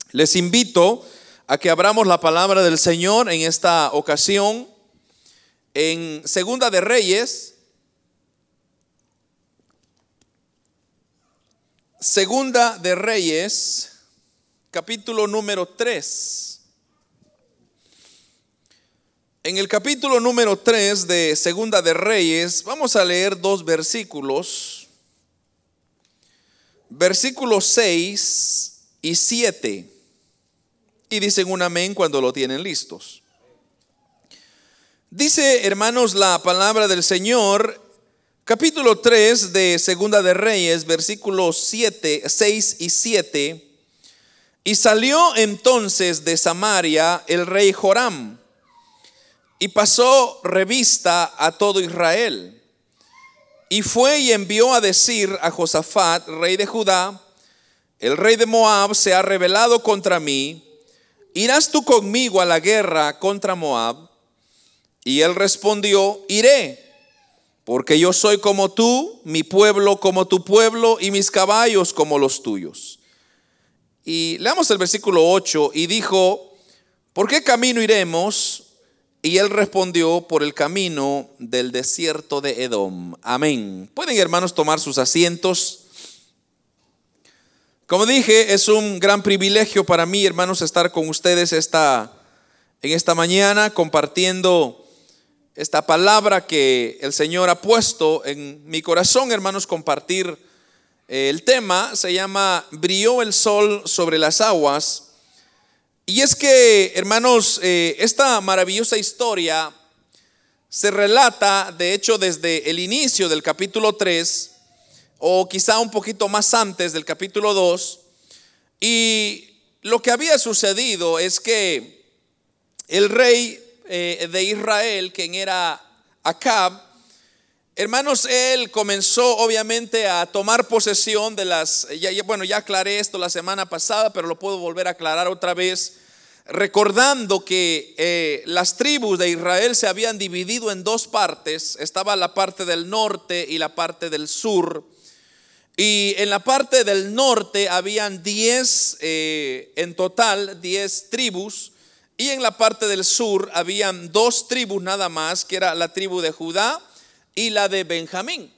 Les invito a que abramos la palabra del Señor en esta ocasión en Segunda de Reyes. Segunda de Reyes, capítulo número 3. En el capítulo número 3 de Segunda de Reyes vamos a leer dos versículos. Versículos 6 y 7. Y dicen un amén cuando lo tienen listos. Dice, hermanos, la palabra del Señor, capítulo 3 de Segunda de Reyes, versículos 6 y 7. Y salió entonces de Samaria el rey Joram, y pasó revista a todo Israel. Y fue y envió a decir a Josafat, rey de Judá: el rey de Moab se ha rebelado contra mí. ¿Irás tú conmigo a la guerra contra Moab? Y él respondió: iré, porque yo soy como tú, mi pueblo como tu pueblo, y mis caballos como los tuyos. Y leamos el versículo 8. Y dijo: ¿por qué camino iremos? Y él respondió: por el camino del desierto de Edom. Amén. Pueden, hermanos, tomar sus asientos. Como dije, es un gran privilegio para mí, hermanos, estar con ustedes en esta mañana compartiendo esta palabra que el Señor ha puesto en mi corazón, hermanos, compartir. El tema se llama Brilló el sol sobre las aguas. Y es que, hermanos, esta maravillosa historia se relata, de hecho, desde el inicio del capítulo 3, o quizá un poquito más antes del capítulo 2. Y lo que había sucedido es que el rey de Israel, quien era Acab, hermanos, él comenzó obviamente a tomar posesión de ya aclaré esto la semana pasada, pero lo puedo volver a aclarar otra vez, recordando que las tribus de Israel se habían dividido en dos partes. Estaba la parte del norte y la parte del sur. Y en la parte del norte habían 10, en total 10 tribus. Y en la parte del sur habían 2 tribus nada más, que era la tribu de Judá y la de Benjamín.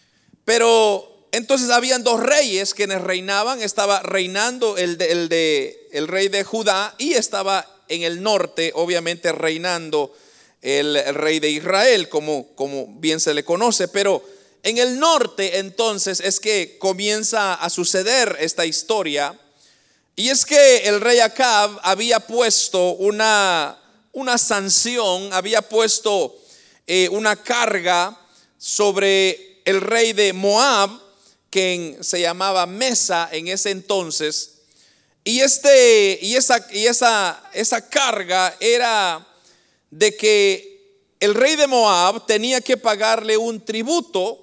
Pero entonces habían 2 reyes quienes reinaban. Estaba reinando el rey de Judá, y estaba en el norte obviamente reinando el rey de Israel, como bien se le conoce. Pero en el norte entonces es que comienza a suceder esta historia. Y es que el rey Acab había puesto una sanción, había puesto una carga sobre el rey de Moab, quien se llamaba Mesa en ese entonces. Y esa carga era de que el rey de Moab tenía que pagarle un tributo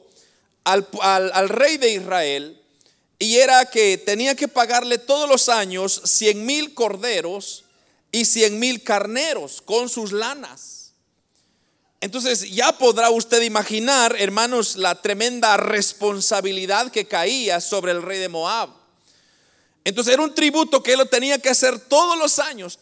al rey de Israel, y era que tenía que pagarle todos los años 100,000 corderos y 100,000 carneros con sus lanas. Entonces ya podrá usted imaginar, hermanos, la tremenda responsabilidad que caía sobre el rey de Moab. Entonces era un tributo que él lo tenía que hacer todos los años,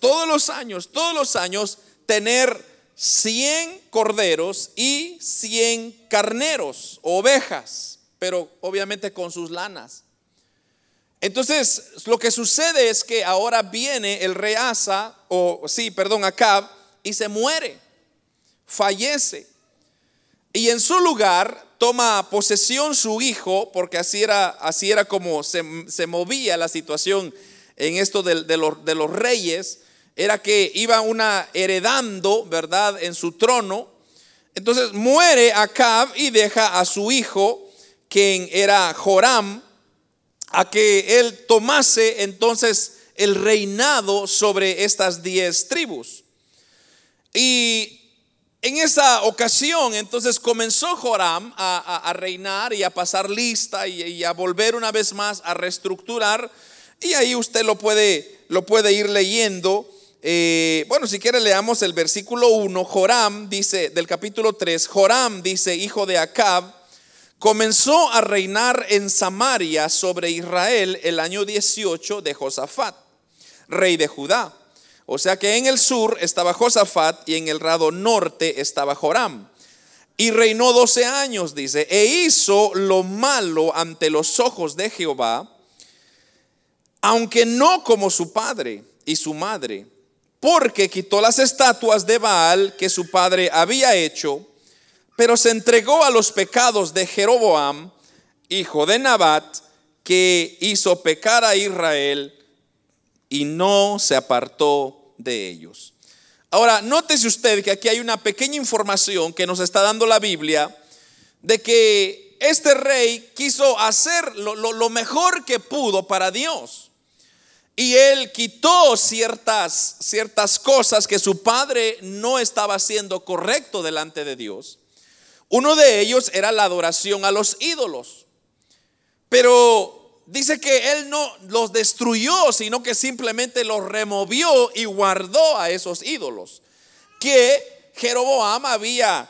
tener 100 corderos y 100 carneros, ovejas, pero obviamente con sus lanas. Entonces lo que sucede es que ahora viene el rey Acab, y se muere, fallece. Y en su lugar toma posesión su hijo, porque así era como se movía la situación en esto de los reyes. Era que iba heredando, ¿verdad?, en su trono. Entonces muere Acab y deja a su hijo, quien era Joram, a que él tomase entonces el reinado sobre estas 10 tribus. Y en esa ocasión entonces comenzó Joram a reinar y a pasar lista y a volver una vez más a reestructurar. Y ahí usted lo puede ir leyendo. Si quiere, leamos el versículo 1. Joram dice, del capítulo 3, Joram dice, hijo de Acab, comenzó a reinar en Samaria sobre Israel el año 18 de Josafat, rey de Judá. O sea que en el sur estaba Josafat y en el lado norte estaba Joram. Y reinó 12 años, dice, e hizo lo malo ante los ojos de Jehová, aunque no como su padre y su madre, porque quitó las estatuas de Baal que su padre había hecho, pero se entregó a los pecados de Jeroboam, hijo de Nabat, que hizo pecar a Israel y no se apartó de ellos. Ahora, nótese usted que aquí hay una pequeña información que nos está dando la Biblia de que este rey quiso hacer lo mejor que pudo para Dios. Y él quitó ciertas cosas que su padre no estaba haciendo correcto delante de Dios. Uno de ellos era la adoración a los ídolos. Pero dice que él no los destruyó, sino que simplemente los removió y guardó a esos ídolos que Jeroboam había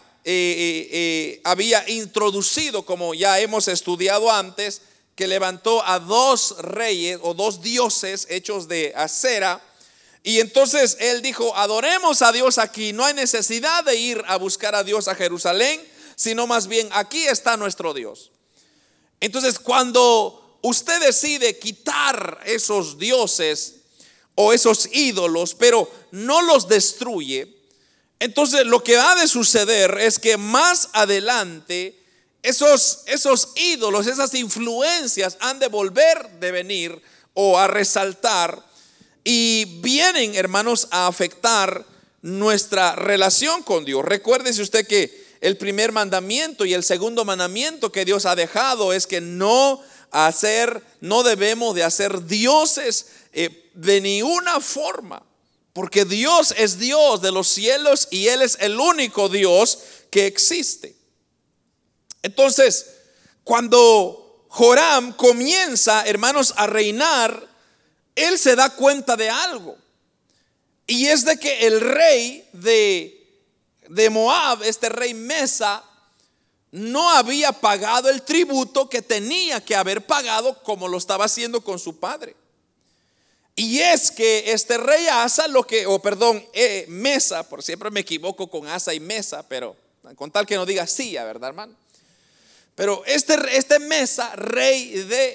introducido, como ya hemos estudiado antes, que levantó a 2 reyes o 2 dioses hechos de acera. Y entonces él dijo: adoremos a Dios aquí, no hay necesidad de ir a buscar a Dios a Jerusalén, sino más bien aquí está nuestro Dios. Entonces, cuando usted decide quitar esos dioses o esos ídolos, pero no los destruye, entonces lo que ha de suceder es que más adelante esos ídolos, esas influencias han de volver de venir o a resaltar, y vienen, hermanos, a afectar nuestra relación con Dios. Recuérdese usted que el primer mandamiento y el segundo mandamiento que Dios ha dejado es que no debemos de hacer dioses de ninguna forma, porque Dios es Dios de los cielos y Él es el único Dios que existe. Entonces, cuando Joram comienza, hermanos, a reinar, él se da cuenta de algo, y es de que el rey de Moab, este rey Mesa, no había pagado el tributo que tenía que haber pagado, como lo estaba haciendo con su padre. Y es que este rey Asa, Mesa, por siempre me equivoco con Asa y Mesa, pero con tal que no diga Sia, ¿verdad, hermano? Pero este Mesa, rey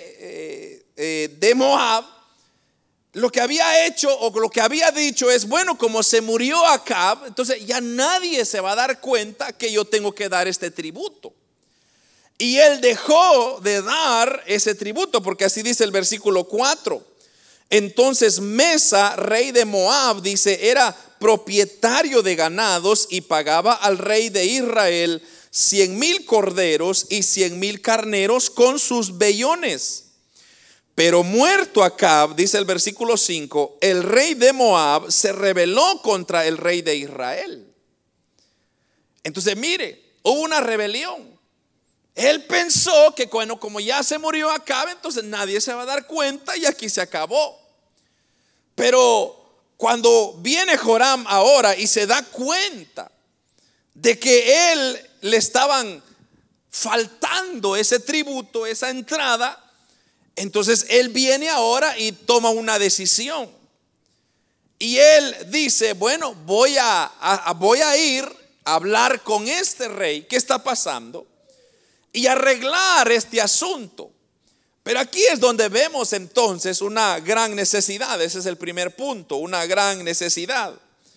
de Moab, lo que había hecho o lo que había dicho es: bueno, como se murió Acab, entonces ya nadie se va a dar cuenta que yo tengo que dar este tributo. Y él dejó de dar ese tributo, porque así dice el versículo 4. Entonces Mesa, rey de Moab, dice, era propietario de ganados y pagaba al rey de Israel 100,000 corderos y 100,000 carneros con sus vellones. Pero muerto Acab, dice el versículo 5, el rey de Moab se rebeló contra el rey de Israel. Entonces mire, hubo una rebelión. Él pensó que bueno, como ya se murió Acab, entonces nadie se va a dar cuenta y aquí se acabó. Pero cuando viene Joram ahora y se da cuenta de que él le estaban faltando ese tributo, esa entrada, entonces él viene ahora y toma una decisión. Y él dice: bueno, voy a ir a hablar con este rey, ¿qué está pasando? Y arreglar este asunto. Pero aquí es donde vemos entonces una gran necesidad. Ese es el primer punto, una gran necesidad.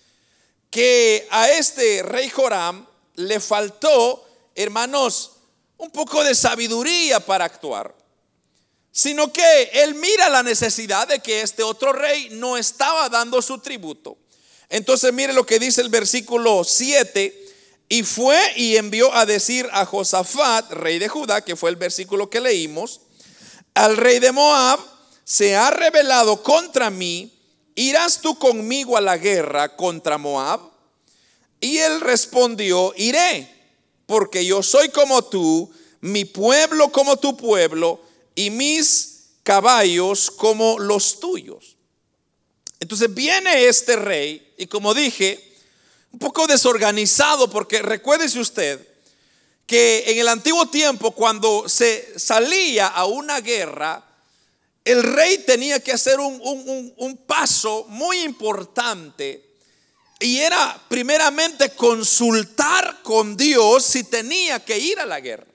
Que a este rey Joram le faltó, hermanos, un poco de sabiduría para actuar, sino que él mira la necesidad de que este otro rey no estaba dando su tributo. Entonces mire lo que dice el versículo 7. Y fue y envió a decir a Josafat, rey de Judá, que fue el versículo que leímos: al rey de Moab se ha rebelado contra mí, ¿irás tú conmigo a la guerra contra Moab? Y él respondió: iré, porque yo soy como tú, mi pueblo como tu pueblo, y mis caballos como los tuyos. Entonces viene este rey, y como dije, un poco desorganizado, porque recuérdese usted que en el antiguo tiempo, cuando se salía a una guerra, el rey tenía que hacer un paso muy importante, y era primeramente consultar con Dios si tenía que ir a la guerra.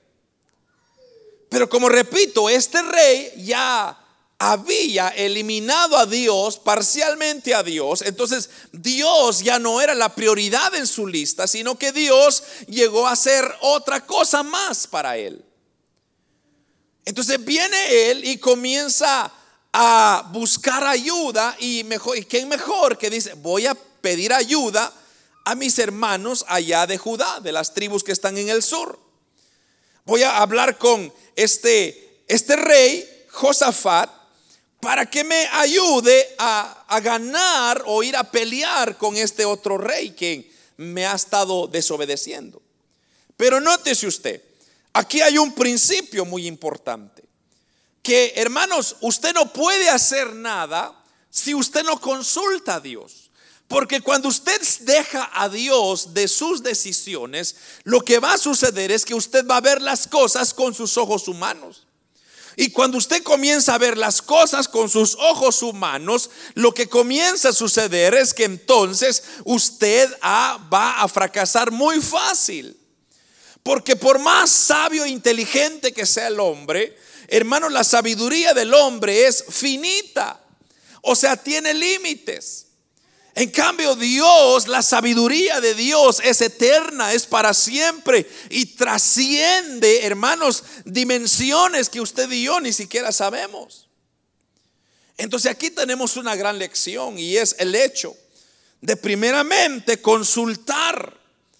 Pero como repito, este rey ya había eliminado a Dios, parcialmente a Dios. Entonces Dios ya no era la prioridad en su lista, sino que Dios llegó a ser otra cosa más para él. Entonces viene él y comienza a buscar ayuda, y quién mejor que dice: voy a pedir ayuda a mis hermanos allá de Judá, de las tribus que están en el sur. Voy a hablar con este rey Josafat para que me ayude a ganar o ir a pelear con este otro rey que me ha estado desobedeciendo. Pero nótese usted, aquí hay un principio muy importante, que, hermanos, usted no puede hacer nada si usted no consulta a Dios. Porque cuando usted deja a Dios de sus decisiones, lo que va a suceder es que usted va a ver las cosas con sus ojos humanos. Y cuando usted comienza a ver las cosas con sus ojos humanos, lo que comienza a suceder es que entonces usted va a fracasar muy fácil. Porque por más sabio e inteligente que sea el hombre, hermano, la sabiduría del hombre es finita. O sea, tiene límites. En cambio, Dios, la sabiduría de Dios es eterna, es para siempre y trasciende, hermanos, dimensiones que usted y yo ni siquiera sabemos. Entonces aquí tenemos una gran lección, y es el hecho de primeramente consultar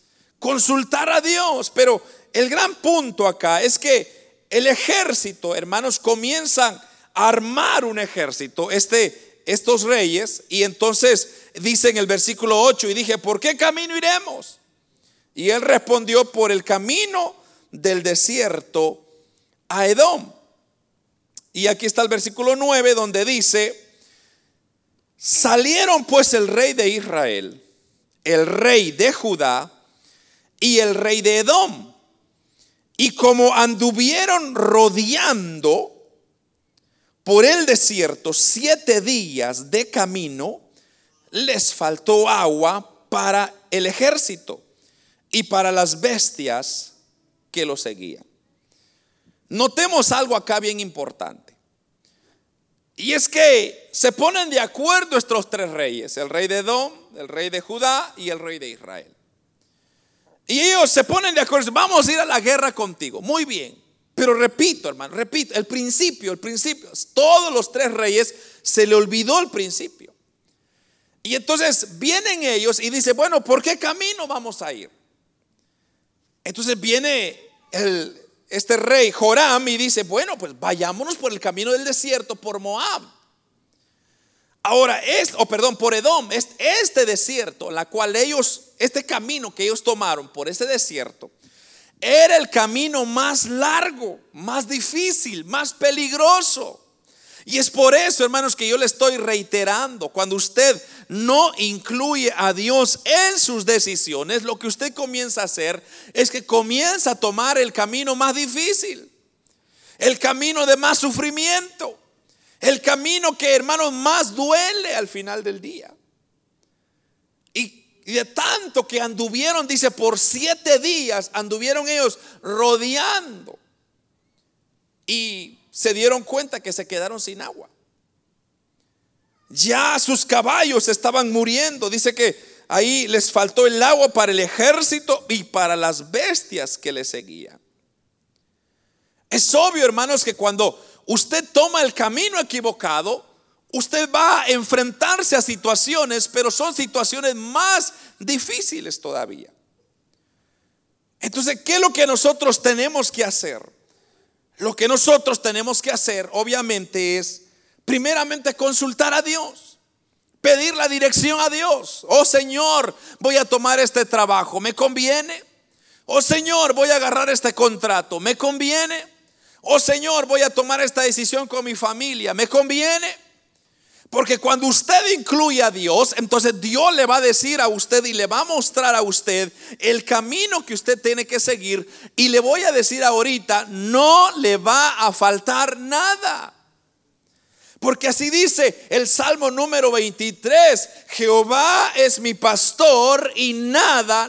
a Dios. Pero el gran punto acá es que el ejército, hermanos, comienzan a armar un ejército, estos reyes, y entonces dice en el versículo 8: y dije, ¿por qué camino iremos? Y él respondió: por el camino del desierto a Edom. Y aquí está el versículo 9, donde dice: salieron pues el rey de Israel, el rey de Judá y el rey de Edom, y como anduvieron rodeando por el desierto 7 días de camino, les faltó agua para el ejército y para las bestias que lo seguían. Notemos algo acá bien importante, y es que se ponen de acuerdo estos 3 reyes: el rey de Edom, el rey de Judá y el rey de Israel. Y ellos se ponen de acuerdo: vamos a ir a la guerra contigo. Muy bien. Pero repito, hermano, el principio, todos los 3 reyes se le olvidó el principio. Y entonces vienen ellos y dicen: bueno, ¿por qué camino vamos a ir? Entonces viene este rey Joram y dice: bueno, pues vayámonos por el camino del desierto, por Moab. Ahora, por Edom, este desierto, este camino que ellos tomaron por ese desierto, era el camino más largo, más difícil, más peligroso. Y es por eso, hermanos, que yo le estoy reiterando: cuando usted no incluye a Dios en sus decisiones, lo que usted comienza a hacer es que comienza a tomar el camino más difícil, el camino de más sufrimiento, el camino que, hermanos, más duele al final del día. Y de tanto que anduvieron, dice, por 7 días anduvieron ellos rodeando, y se dieron cuenta que se quedaron sin agua. Ya sus caballos estaban muriendo. Dice que ahí les faltó el agua para el ejército y para las bestias que le seguían. Es obvio, hermanos, que cuando usted toma el camino equivocado, usted va a enfrentarse a situaciones, pero son situaciones más difíciles todavía. Entonces, ¿qué es lo que nosotros tenemos que hacer? Lo que nosotros tenemos que hacer, obviamente, es primeramente consultar a Dios, pedir la dirección a Dios. Oh Señor, voy a tomar este trabajo, ¿me conviene? Oh Señor, voy a agarrar este contrato, ¿me conviene? Oh Señor, voy a tomar esta decisión con mi familia, ¿me conviene? Porque cuando usted incluye a Dios, entonces Dios le va a decir a usted y le va a mostrar a usted el camino que usted tiene que seguir. Y le voy a decir ahorita, no le va a faltar nada. Porque así dice el Salmo número 23: Jehová es mi pastor y nada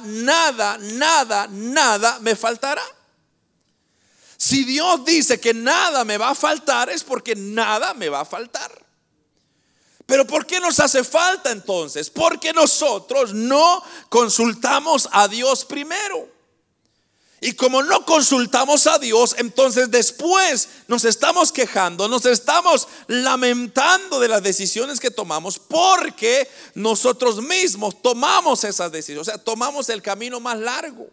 me faltará. Si Dios dice que nada me va a faltar, es porque nada me va a faltar. Pero ¿por qué nos hace falta entonces? Porque nosotros no consultamos a Dios primero. Y como no consultamos a Dios, entonces después nos estamos quejando, nos estamos lamentando de las decisiones que tomamos, porque nosotros mismos tomamos esas decisiones, o sea, tomamos el camino más largo.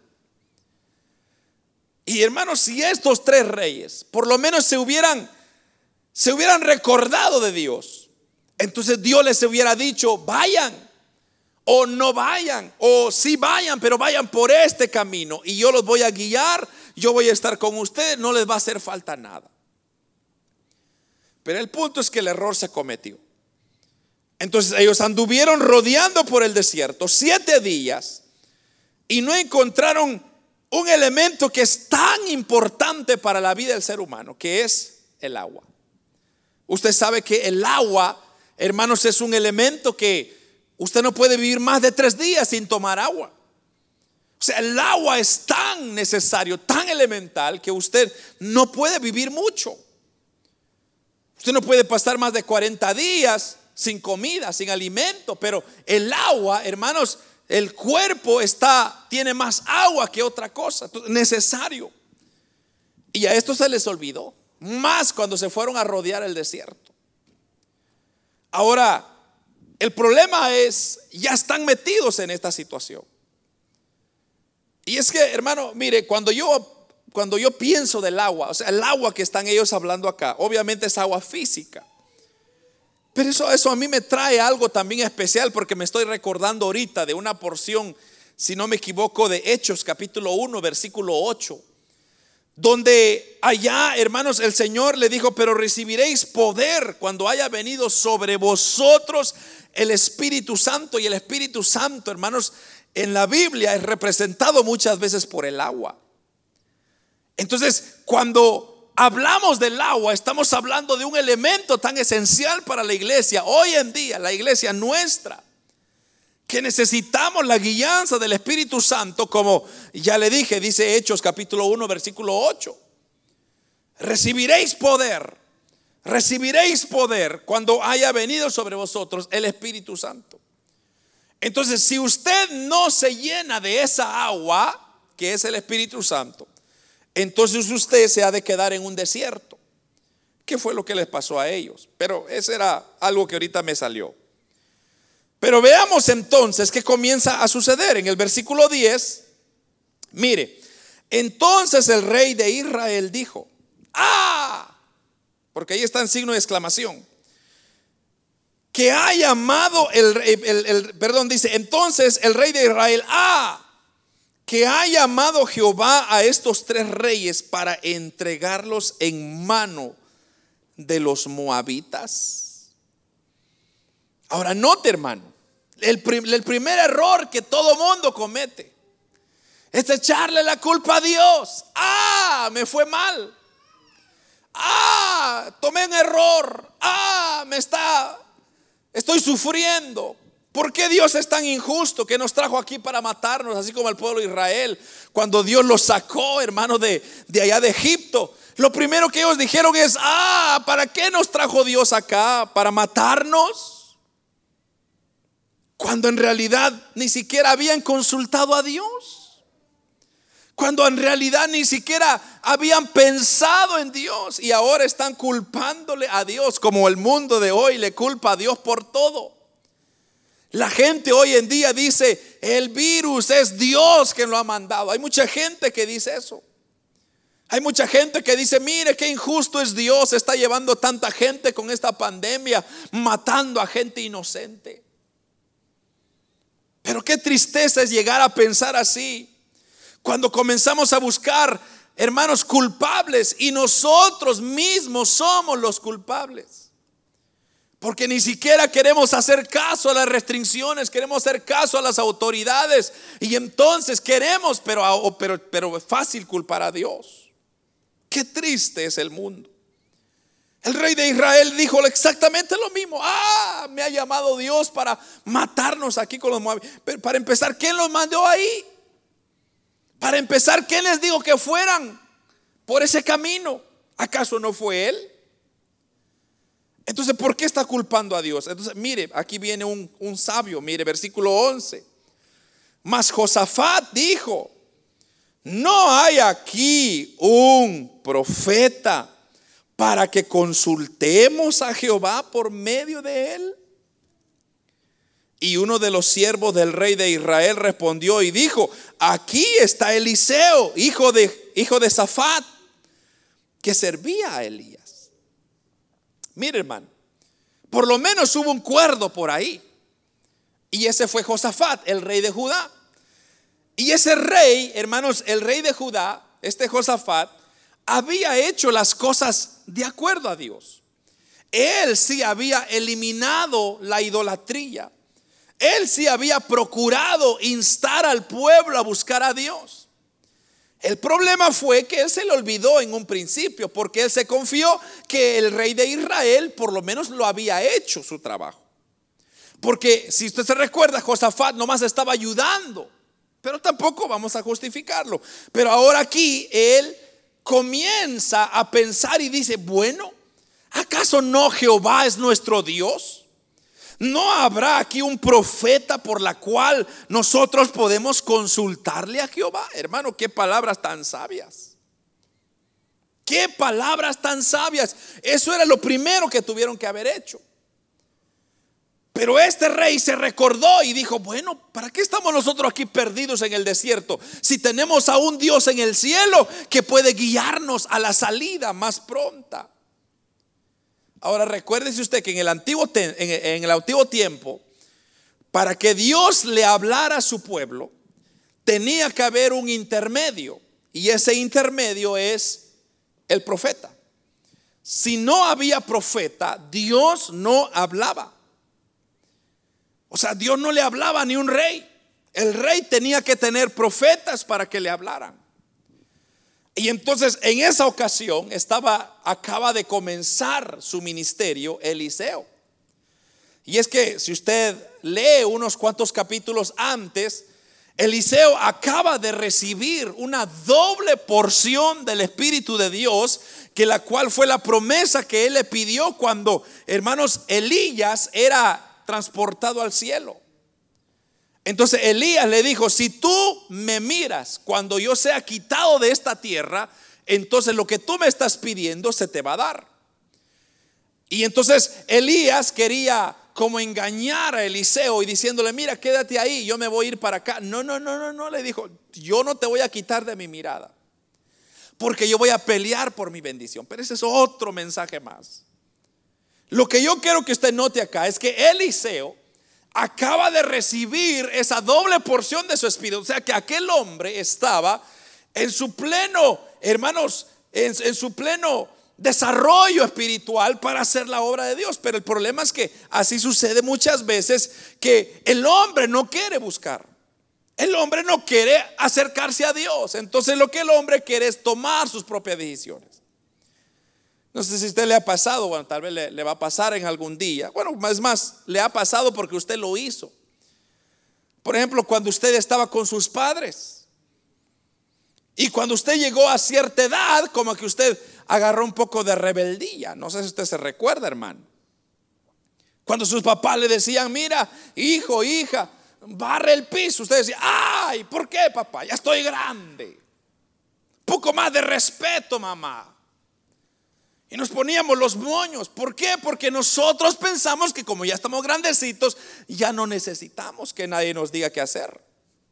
Y hermanos, si estos tres reyes por lo menos se hubieran recordado de Dios, entonces Dios les hubiera dicho: vayan, o no vayan, o sí vayan, pero vayan por este camino y yo los voy a guiar, yo voy a estar con ustedes, no les va a hacer falta nada. Pero el punto es que el error se cometió. Entonces ellos anduvieron rodeando por el desierto 7 días y no encontraron un elemento que es tan importante para la vida del ser humano, que es el agua. Usted sabe que el agua, hermanos, es un elemento que usted no puede vivir más de 3 días sin tomar agua. O sea, el agua es tan necesario, tan elemental, que usted no puede vivir mucho. Usted no puede pasar más de 40 días sin comida, sin alimento. Pero el agua, hermanos, el cuerpo tiene más agua que otra cosa. Entonces, necesario. Y a esto se les olvidó, más cuando se fueron a rodear el desierto. Ahora, el problema es, ya están metidos en esta situación. Y es que, hermano, mire, cuando yo pienso del agua, o sea, el agua que están ellos hablando acá, obviamente es agua física. Pero eso a mí me trae algo también especial, porque me estoy recordando ahorita de una porción, si no me equivoco, de Hechos capítulo 1 versículo 8, donde allá, hermanos, el Señor le dijo: pero recibiréis poder cuando haya venido sobre vosotros el Espíritu Santo. Y el Espíritu Santo, hermanos, en la Biblia es representado muchas veces por el agua. Entonces, cuando hablamos del agua, estamos hablando de un elemento tan esencial para la iglesia. Hoy en día, la iglesia nuestra, que necesitamos la guianza del Espíritu Santo, como ya le dije, dice Hechos capítulo 1 versículo 8: recibiréis poder cuando haya venido sobre vosotros el Espíritu Santo. Entonces, si usted no se llena de esa agua, que es el Espíritu Santo, entonces usted se ha de quedar en un desierto. ¿Qué fue lo que les pasó a ellos? Pero ese era algo que ahorita me salió. Pero veamos entonces qué comienza a suceder en el versículo 10. Mire, entonces el rey de Israel dijo: porque ahí está en signo de exclamación, que ha llamado dice: entonces el rey de Israel, que ha llamado Jehová a estos 3 reyes para entregarlos en mano de los moabitas. Ahora note, hermano, el primer error que todo mundo comete es echarle la culpa a Dios. Me fue mal. Tomé un error. Estoy sufriendo. ¿Por qué Dios es tan injusto que nos trajo aquí para matarnos, así como al pueblo de Israel? Cuando Dios los sacó, hermano, de allá de Egipto, lo primero que ellos dijeron es: ¿para qué nos trajo Dios acá? ¿Para matarnos? Cuando en realidad ni siquiera habían consultado a Dios, cuando en realidad ni siquiera habían pensado en Dios, y ahora están culpándole a Dios, como el mundo de hoy le culpa a Dios por todo. La gente hoy en día dice: el virus es Dios quien lo ha mandado. Hay mucha gente que dice eso. Hay mucha gente que dice: mire qué injusto es Dios, está llevando tanta gente con esta pandemia, matando a gente inocente. Pero qué tristeza es llegar a pensar así, cuando comenzamos a buscar, hermanos, culpables, y nosotros mismos somos los culpables. Porque ni siquiera queremos hacer caso a las restricciones, queremos hacer caso a las autoridades, y entonces queremos, pero es fácil culpar a Dios. Qué triste es el mundo. El rey de Israel dijo exactamente lo mismo. Me ha llamado Dios para matarnos aquí con los moabitas. Pero para empezar, ¿quién los mandó ahí? Para empezar, ¿quién les dijo que fueran por ese camino? ¿Acaso no fue él? Entonces, ¿por qué está culpando a Dios? Entonces, mire, aquí viene un sabio. Mire, versículo 11. Mas Josafat dijo: no hay aquí un profeta para que consultemos a Jehová por medio de él. Y uno de los siervos del rey de Israel respondió y dijo: aquí está Eliseo, hijo de Safat, que servía a Elías. Mire, hermano, por lo menos hubo un cuerdo por ahí. Y ese fue Josafat, el rey de Judá. Y ese rey, hermanos, el rey de Judá, este Josafat, había hecho las cosas de acuerdo a Dios. Él sí había eliminado la idolatría. Él sí había procurado instar al pueblo a buscar a Dios. El problema fue que él se le olvidó en un principio, porque él se confió que el rey de Israel por lo menos lo había hecho su trabajo. Porque si usted se recuerda, Josafat nomás estaba ayudando, pero tampoco vamos a justificarlo. Pero ahora aquí él comienza a pensar y dice: bueno, ¿acaso no Jehová es nuestro Dios? ¿No habrá aquí un profeta por la cual nosotros podemos consultarle a Jehová? Hermano, qué palabras tan sabias. Qué palabras tan sabias. Eso era lo primero que tuvieron que haber hecho. Pero este rey se recordó y dijo: bueno, ¿para qué estamos nosotros aquí perdidos en el desierto si tenemos a un Dios en el cielo que puede guiarnos a la salida más pronta? Ahora recuérdese usted que en el antiguo tiempo, para que Dios le hablara a su pueblo, tenía que haber un intermedio, y ese intermedio es el profeta. Si no había profeta, Dios no hablaba. O sea, Dios no le hablaba ni un rey. El rey tenía que tener profetas para que le hablaran. Y entonces en esa ocasión acaba de comenzar su ministerio Eliseo. Y es que si usted lee unos cuantos capítulos antes, Eliseo acaba de recibir una doble porción del Espíritu de Dios, que la cual fue la promesa que él le pidió cuando, hermanos, Elías era transportado al cielo. Entonces Elías le dijo: si tú me miras cuando yo sea quitado de esta tierra, entonces lo que tú me estás pidiendo se te va a dar. Y entonces Elías quería como engañar a Eliseo y diciéndole: mira, quédate ahí, yo me voy a ir para acá. No, le dijo: yo no te voy a quitar de mi mirada, porque yo voy a pelear por mi bendición. Pero ese es otro mensaje más. Lo que yo quiero que usted note acá es que Eliseo acaba de recibir esa doble porción de su espíritu. O sea que aquel hombre estaba en su pleno, hermanos, en su pleno desarrollo espiritual para hacer la obra de Dios. Pero el problema es que así sucede muchas veces, que el hombre no quiere buscar. El hombre no quiere acercarse a Dios. Entonces lo que el hombre quiere es tomar sus propias decisiones. No sé si a usted le ha pasado, bueno, tal vez le va a pasar en algún día. Bueno, es más, le ha pasado porque usted lo hizo. Por ejemplo, cuando usted estaba con sus padres y cuando usted llegó a cierta edad, como que usted agarró un poco de rebeldía. No sé si usted se recuerda, hermano. Cuando sus papás le decían: mira, hijo, hija, barre el piso. Usted decía: ay, ¿por qué, papá? Ya estoy grande. Poco más de respeto, mamá. Y nos poníamos los moños. ¿Por qué? Porque nosotros pensamos que como ya estamos grandecitos, ya no necesitamos que nadie nos diga qué hacer.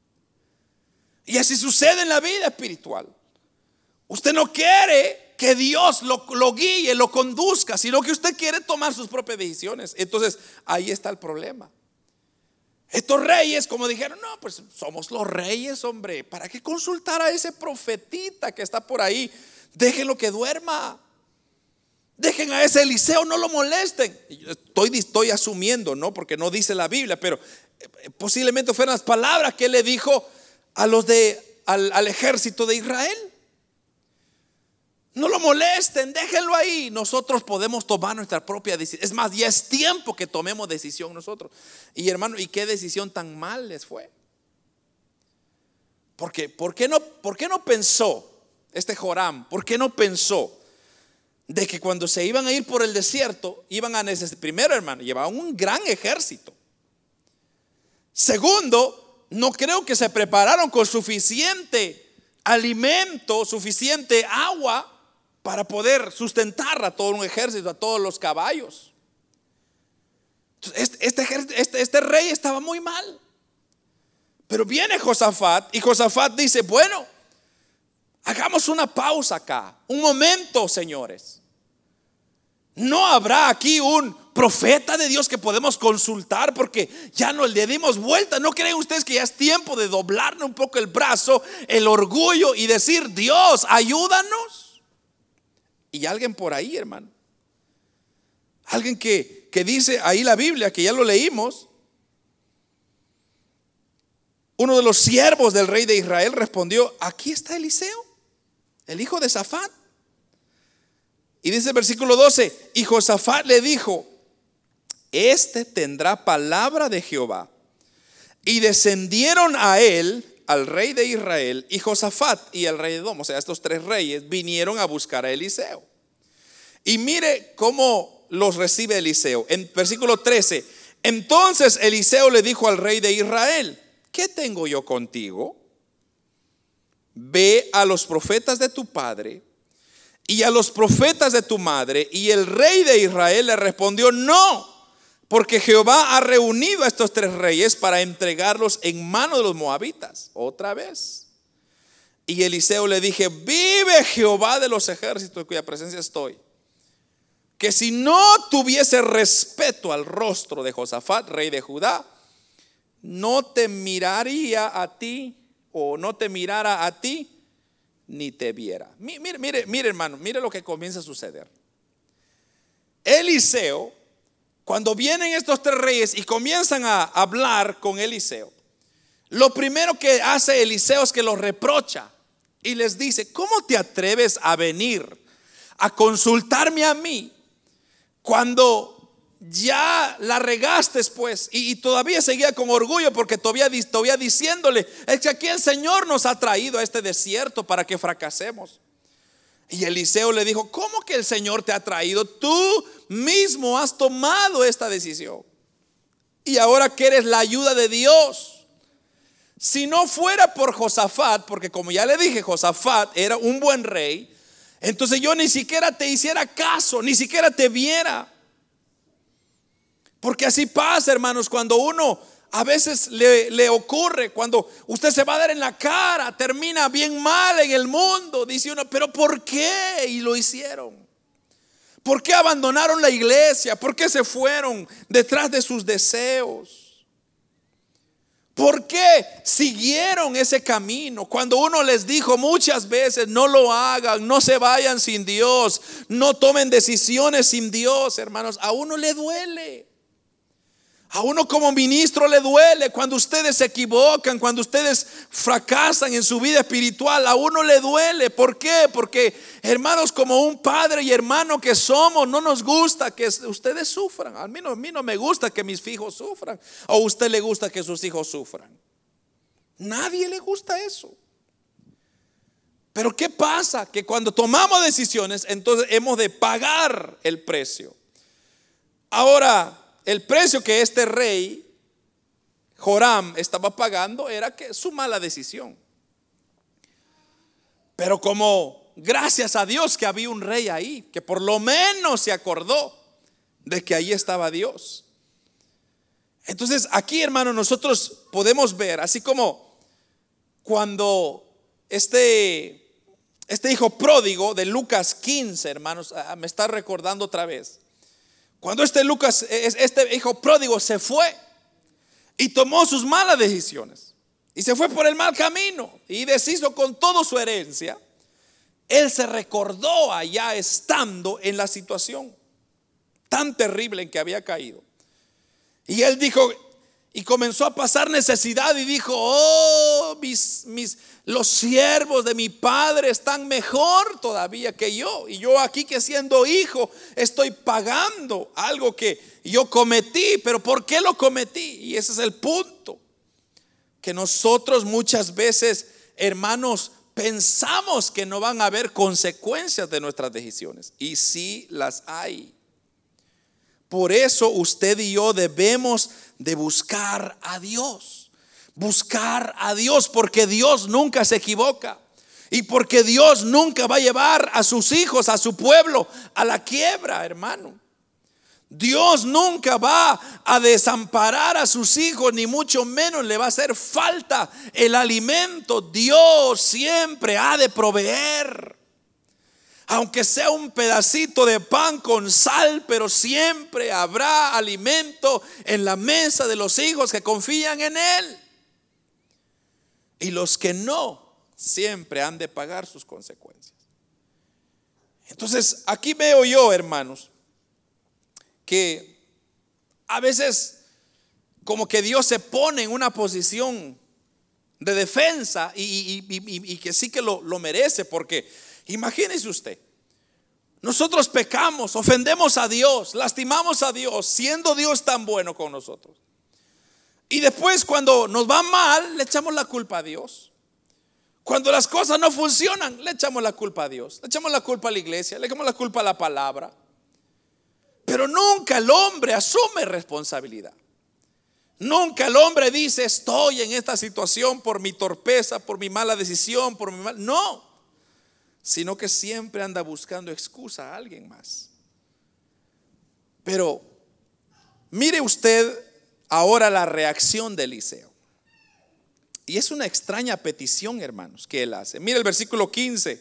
Y así sucede en la vida espiritual. Usted no quiere que Dios lo guíe, lo conduzca, sino que usted quiere tomar sus propias decisiones. Entonces ahí está el problema. Estos reyes, como dijeron: no, pues somos los reyes, hombre, ¿para qué consultar a ese profetita que está por ahí? Déjenlo que duerma. Dejen a ese Eliseo, no lo molesten. Estoy asumiendo, ¿no? Porque no dice la Biblia, pero posiblemente fueron las palabras que él le dijo a los al ejército de Israel. No lo molesten, déjenlo ahí. Nosotros podemos tomar nuestra propia decisión. Es más, ya es tiempo que tomemos decisión nosotros. Y hermano, ¿y qué decisión tan mal les fue? Porque, ¿por qué no pensó este Joram? ¿Por qué no pensó de que cuando se iban a ir por el desierto iban a necesitar? Primero, hermano, llevaban un gran ejército. Segundo, no creo que se prepararon con suficiente alimento, suficiente agua para poder sustentar a todo un ejército, a todos los caballos. Este rey estaba muy mal. Pero viene Josafat y Josafat dice: bueno, hagamos una pausa acá, un momento, señores. ¿No habrá aquí un profeta de Dios que podemos consultar? Porque ya no le dimos vuelta. ¿No creen ustedes que ya es tiempo de doblarle un poco el brazo, el orgullo y decir: Dios, ayúdanos? Y alguien por ahí, hermano, alguien que dice ahí la Biblia, que ya lo leímos, uno de los siervos del rey de Israel respondió: aquí está Eliseo, el hijo de Safat. Y dice el versículo 12: y Josafat le dijo: este tendrá palabra de Jehová. Y descendieron a él, al rey de Israel, y Josafat y el rey de Edom, o sea, estos tres reyes, vinieron a buscar a Eliseo. Y mire cómo los recibe Eliseo. En versículo 13: entonces Eliseo le dijo al rey de Israel: ¿qué tengo yo contigo? Ve a los profetas de tu padre y a los profetas de tu madre. Y el rey de Israel le respondió: no, porque Jehová ha reunido a estos tres reyes para entregarlos en mano de los moabitas. Otra vez. Y Eliseo le dije: vive Jehová de los ejércitos, en cuya presencia estoy, que si no tuviese respeto al rostro de Josafat, rey de Judá, no te miraría a ti, o no te mirara a ti, ni te viera. Mire, hermano, mire lo que comienza a suceder. Eliseo, cuando vienen estos tres reyes y comienzan a hablar con Eliseo, lo primero que hace Eliseo es que los reprocha y les dice: ¿cómo te atreves a venir a consultarme a mí cuando ya la regaste, pues? Y todavía seguía con orgullo, porque todavía diciéndole: es que aquí el Señor nos ha traído a este desierto para que fracasemos. Y Eliseo le dijo: ¿cómo que el Señor te ha traído? Tú mismo has tomado esta decisión y ahora quieres la ayuda de Dios. Si no fuera por Josafat, porque como ya le dije, Josafat era un buen rey, entonces yo ni siquiera te hiciera caso, ni siquiera te viera. Porque así pasa, hermanos, cuando uno a veces le ocurre, cuando usted se va a dar en la cara, termina bien mal en el mundo. Dice uno: ¿pero por qué? Y lo hicieron. ¿Por qué abandonaron la iglesia? ¿Por qué se fueron detrás de sus deseos? ¿Por qué siguieron ese camino? Cuando uno les dijo muchas veces: no lo hagan, no se vayan sin Dios, no tomen decisiones sin Dios, hermanos, a uno le duele. A uno como ministro le duele cuando ustedes se equivocan, cuando ustedes fracasan en su vida espiritual. A uno le duele. ¿Por qué? Porque, hermanos, como un padre y hermano que somos, no nos gusta que ustedes sufran. A mí no me gusta que mis hijos sufran. ¿O a usted le gusta que sus hijos sufran? Nadie le gusta eso. Pero ¿qué pasa? Que cuando tomamos decisiones, entonces hemos de pagar el precio. Ahora, el precio que este rey Joram estaba pagando era que su mala decisión. Pero como gracias a Dios que había un rey ahí, que por lo menos se acordó de que ahí estaba Dios. Entonces aquí, hermano, nosotros podemos ver, así como cuando este hijo pródigo de Lucas 15, hermanos, me está recordando otra vez. Cuando este hijo pródigo se fue y tomó sus malas decisiones y se fue por el mal camino y deshizo con toda su herencia, él se recordó allá estando en la situación tan terrible en que había caído. Y él dijo: y comenzó a pasar necesidad y dijo: oh, los siervos de mi padre están mejor todavía que yo, y yo aquí, que siendo hijo estoy pagando algo que yo cometí. Pero ¿por qué lo cometí? Y ese es el punto, que nosotros muchas veces, hermanos, pensamos que no van a haber consecuencias de nuestras decisiones, y sí las hay. Por eso usted y yo debemos de buscar a Dios. Buscar a Dios, porque Dios nunca se equivoca, y porque Dios nunca va a llevar a sus hijos, a su pueblo, a la quiebra, hermano. Dios nunca va a desamparar a sus hijos, ni mucho menos le va a hacer falta el alimento. Dios siempre ha de proveer, aunque sea un pedacito de pan con sal, pero siempre habrá alimento en la mesa de los hijos que confían en Él. Y los que no, siempre han de pagar sus consecuencias. Entonces, aquí veo yo, hermanos, que a veces como que Dios se pone en una posición de defensa, y que sí que lo merece, porque imagínese usted, nosotros pecamos, ofendemos a Dios, lastimamos a Dios, siendo Dios tan bueno con nosotros, y después cuando nos va mal le echamos la culpa a Dios. Cuando las cosas no funcionan le echamos la culpa a Dios, le echamos la culpa a la iglesia, le echamos la culpa a la palabra. Pero nunca el hombre asume responsabilidad. Nunca el hombre dice: estoy en esta situación por mi torpeza, por mi mala decisión, por mi mal. No, sino que siempre anda buscando excusa a alguien más. Pero mire usted ahora la reacción de Eliseo. Y es una extraña petición, hermanos, que él hace. Mire el versículo 15.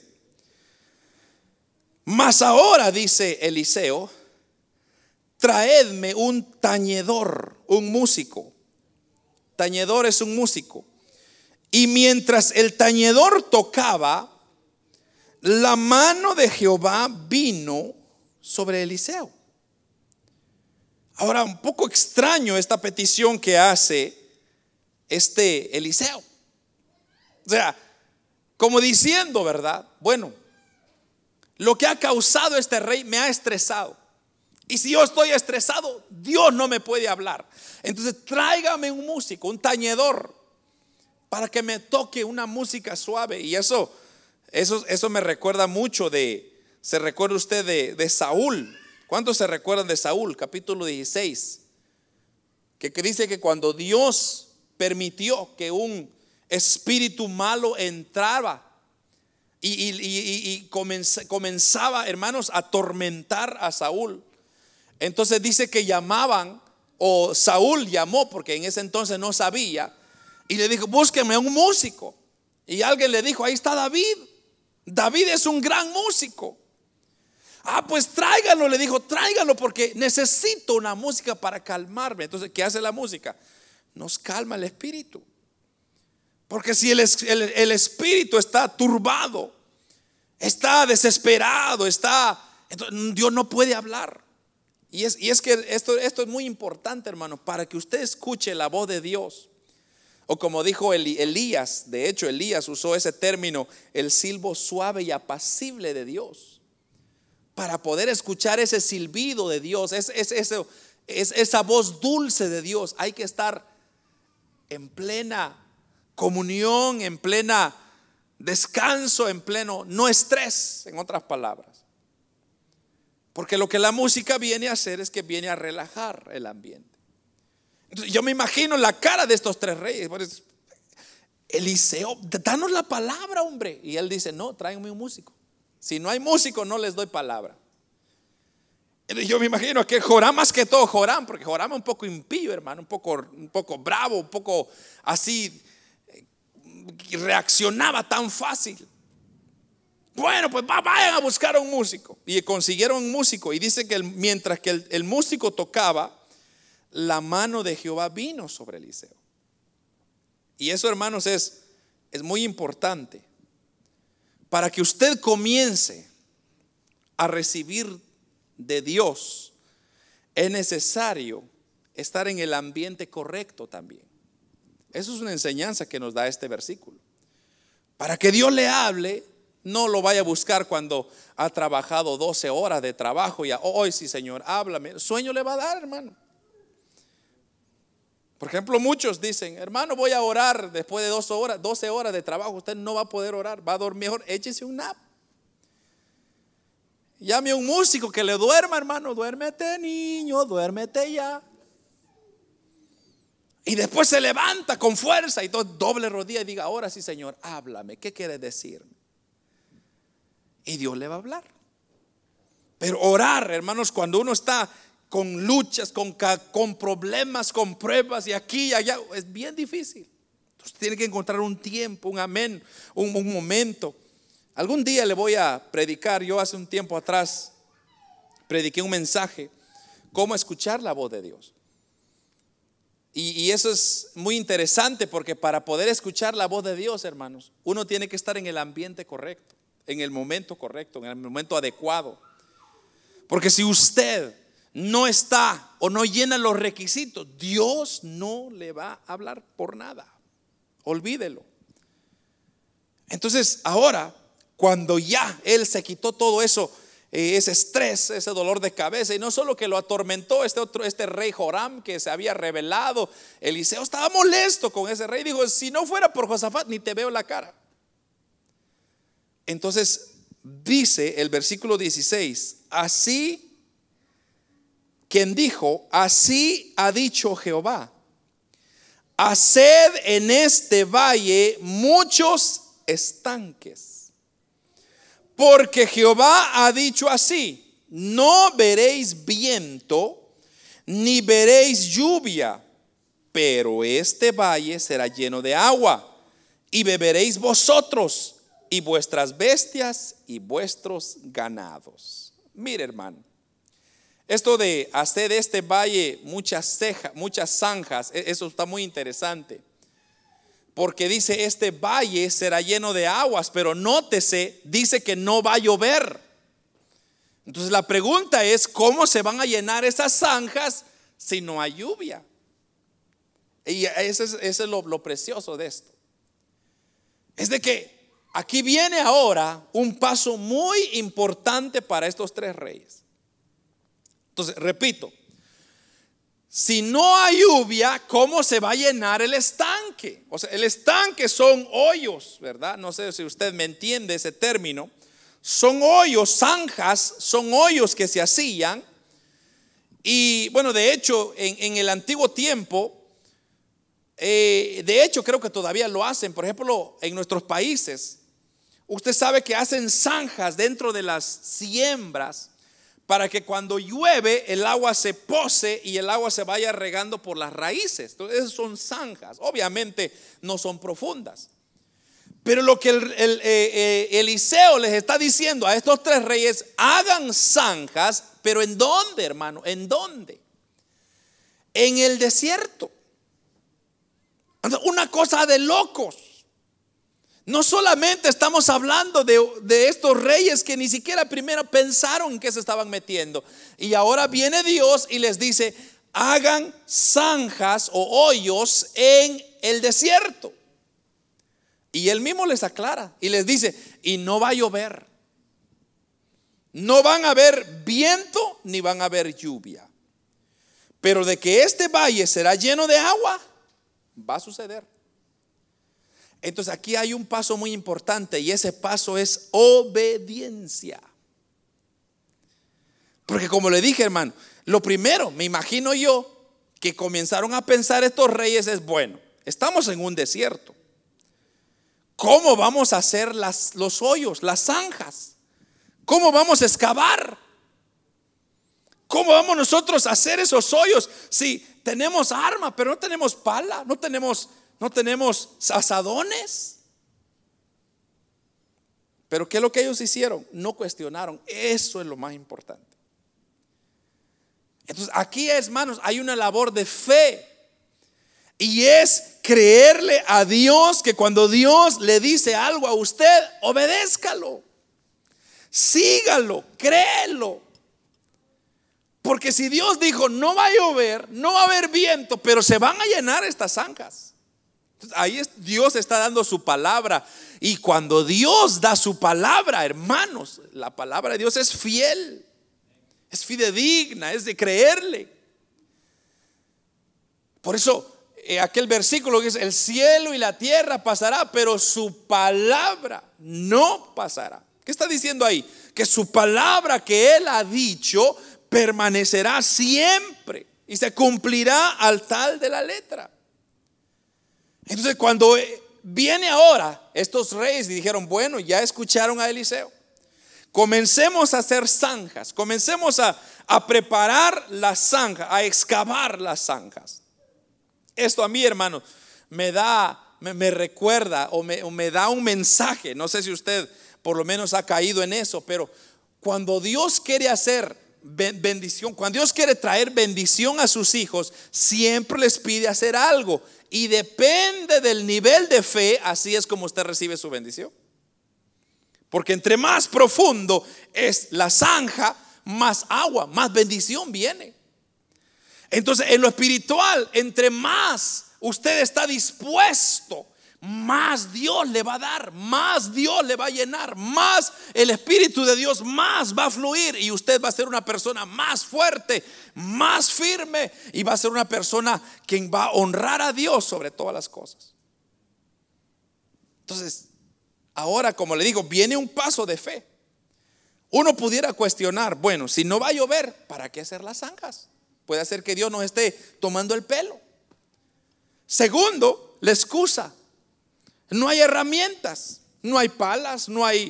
Mas ahora, dice Eliseo, traedme un tañedor, un músico. Tañedor es un músico. Y mientras el tañedor tocaba, la mano de Jehová vino sobre Eliseo. Ahora, un poco extraño esta petición que hace Eliseo. O sea, como diciendo, ¿verdad? Bueno, lo que ha causado este rey me ha estresado. Y si yo estoy estresado, Dios no me puede hablar. Entonces tráigame un músico, un tañedor, para que me toque una música suave. Y eso me recuerda mucho ¿se recuerda usted de Saúl? ¿Cuántos se recuerdan de Saúl? Capítulo 16. Que dice que cuando Dios permitió que un espíritu malo entraba y comenzaba, hermanos, a atormentar a Saúl. Entonces dice que llamaban, o Saúl llamó, porque en ese entonces no sabía, y le dijo: búsqueme un músico. Y alguien le dijo: ahí está David. David es un gran músico. Pues tráigalo, le dijo, tráigalo, porque necesito una música para calmarme. Entonces, ¿qué hace la música? Nos calma el espíritu. Porque si el espíritu está turbado, está desesperado, entonces Dios no puede hablar. Y es que esto es muy importante, hermano, para que usted escuche la voz de Dios. O como dijo Elías, de hecho Elías usó ese término, el silbo suave y apacible de Dios. Para poder escuchar ese silbido de Dios, esa voz dulce de Dios, hay que estar en plena comunión, en plena descanso, en pleno no estrés, en otras palabras. Porque lo que la música viene a hacer es que viene a relajar el ambiente. Entonces, yo me imagino la cara de estos tres reyes. Eliseo, danos la palabra, hombre. Y él dice: no, tráiganme un músico. Si no hay músico, no les doy palabra. Entonces, yo me imagino que Joram, más que todo Joram, porque Joram es un poco impío, hermano, un poco bravo, un poco así, reaccionaba tan fácil. Bueno, pues vayan a buscar a un músico. Y consiguieron un músico. Y dice que mientras que el músico tocaba, la mano de Jehová vino sobre Eliseo. Y eso, hermanos, es muy importante. Para que usted comience a recibir de Dios, es necesario estar en el ambiente correcto también. Eso es una enseñanza que nos da este versículo. Para que Dios le hable, no lo vaya a buscar cuando ha trabajado 12 horas de trabajo y hoy sí, Señor, háblame. Sueño le va a dar, hermano. Por ejemplo, muchos dicen, hermano, voy a orar después de 12 horas de trabajo. Usted no va a poder orar, va a dormir mejor, échese un nap. Llame a un músico que le duerma, hermano. Duérmete, niño, duérmete ya. Y después se levanta con fuerza y todo, doble rodilla y diga, ahora sí, Señor, háblame, ¿qué quieres decirme? Y Dios le va a hablar. Pero orar, hermanos, cuando uno está con luchas, con problemas, con pruebas y aquí y allá, es bien difícil. Entonces tiene que encontrar un tiempo, un amén, un momento. Algún día le voy a predicar. Yo hace un tiempo atrás prediqué un mensaje, cómo escuchar la voz de Dios. Y eso es muy interesante, porque para poder escuchar la voz de Dios, hermanos, uno tiene que estar en el ambiente correcto, en el momento correcto, en el momento adecuado. Porque si usted no está o no llena los requisitos, Dios no le va a hablar por nada. Olvídelo. Entonces ahora, cuando ya Él se quitó todo eso, ese estrés, ese dolor de cabeza, y no solo que lo atormentó este rey Joram que se había rebelado, Eliseo estaba molesto con ese rey. Dijo, si no fuera por Josafat, ni te veo la cara. Entonces dice el versículo 16, así, quien dijo, así ha dicho Jehová, haced en este valle muchos estanques. Porque Jehová ha dicho así, no veréis viento, ni veréis lluvia, pero este valle será lleno de agua, y beberéis vosotros, y vuestras bestias, y vuestros ganados. Mire, hermano, esto de hacer de este valle muchas zanjas, eso está muy interesante. Porque dice, este valle será lleno de aguas, pero nótese, dice que no va a llover. Entonces la pregunta es, ¿cómo se van a llenar esas zanjas si no hay lluvia? Y eso es lo precioso de esto. Es de que aquí viene ahora un paso muy importante para estos tres reyes. Entonces, repito, si no hay lluvia, ¿cómo se va a llenar el estanque? O sea, el estanque son hoyos, ¿verdad? No sé si usted me entiende ese término. Son hoyos, zanjas, son hoyos que se hacían. Y bueno, de hecho, en el antiguo tiempo, de hecho creo que todavía lo hacen. Por ejemplo, en nuestros países, usted sabe que hacen zanjas dentro de las siembras, para que cuando llueve el agua se pose y el agua se vaya regando por las raíces. Entonces esas son zanjas. Obviamente no son profundas. Pero lo que Eliseo les está diciendo a estos tres reyes, hagan zanjas. Pero ¿en dónde, hermano? ¿En dónde? En el desierto. Una cosa de locos. No solamente estamos hablando de estos reyes que ni siquiera primero pensaron en qué se estaban metiendo. Y ahora viene Dios y les dice, hagan zanjas o hoyos en el desierto. Y Él mismo les aclara y les dice, y no va a llover. No van a haber viento ni van a haber lluvia. Pero de que este valle será lleno de agua, va a suceder. Entonces aquí hay un paso muy importante, y ese paso es obediencia. Porque como le dije, hermano, lo primero, me imagino yo, que comenzaron a pensar estos reyes es, bueno, estamos en un desierto. ¿Cómo vamos a hacer los hoyos, las zanjas? ¿Cómo vamos a excavar? ¿Cómo vamos nosotros a hacer esos hoyos si tenemos arma, pero no tenemos pala, no tenemos asadones? Pero ¿qué es lo que ellos hicieron? No cuestionaron. Eso es lo más importante. Entonces aquí, hermanos, hay una labor de fe, y es creerle a Dios, que cuando Dios le dice algo a usted, obedézcalo, sígalo, créelo. Porque si Dios dijo no va a llover, no va a haber viento, pero se van a llenar estas zanjas. Entonces, ahí Dios está dando su palabra. Y cuando Dios da su palabra, hermanos, la palabra de Dios es fiel, es fidedigna, es de creerle. Por eso aquel versículo que dice: el cielo y la tierra pasará, pero su palabra no pasará. ¿Qué está diciendo ahí? Que su palabra que Él ha dicho permanecerá siempre y se cumplirá al tal de la letra. Entonces, cuando viene ahora estos reyes y dijeron: bueno, ya escucharon a Eliseo, comencemos a hacer zanjas, comencemos a preparar las zanjas, a excavar las zanjas. Esto a mí, hermano, me recuerda o me da un mensaje. No sé si usted por lo menos ha caído en eso, pero cuando Dios quiere hacer bendición, cuando Dios quiere traer bendición a sus hijos, siempre les pide hacer algo, y depende del nivel de fe. Así es como usted recibe su bendición, porque entre más profundo es la zanja, más agua, más bendición viene. Entonces, en lo espiritual, entre más usted está dispuesto, más Dios le va a dar, más Dios le va a llenar, más el Espíritu de Dios más va a fluir, y usted va a ser una persona más fuerte, más firme, y va a ser una persona quien va a honrar a Dios sobre todas las cosas. Entonces, ahora, como le digo, viene un paso de fe. Uno pudiera cuestionar: bueno, si no va a llover, ¿para qué hacer las zanjas? Puede ser que Dios nos esté tomando el pelo. Segundo, la excusa: no hay herramientas, no hay palas, no hay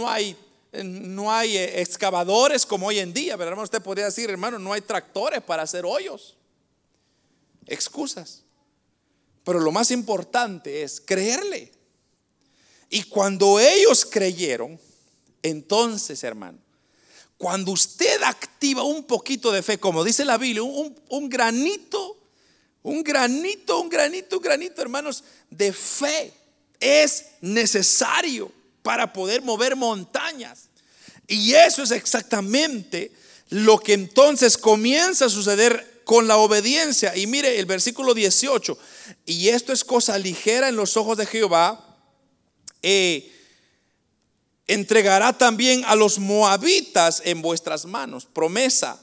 excavadores como hoy en día, ¿verdad, hermano? Usted podría decir: hermano, no hay tractores para hacer hoyos. Excusas. Pero lo más importante es creerle. Y cuando ellos creyeron, entonces, hermano, cuando usted activa un poquito de fe, como dice la Biblia, un granito, hermanos, de fe es necesario para poder mover montañas. Y eso es exactamente lo que entonces comienza a suceder con la obediencia. Y mire el versículo 18: y esto es cosa ligera en los ojos de Jehová, entregará también a los moabitas en vuestras manos. Promesa: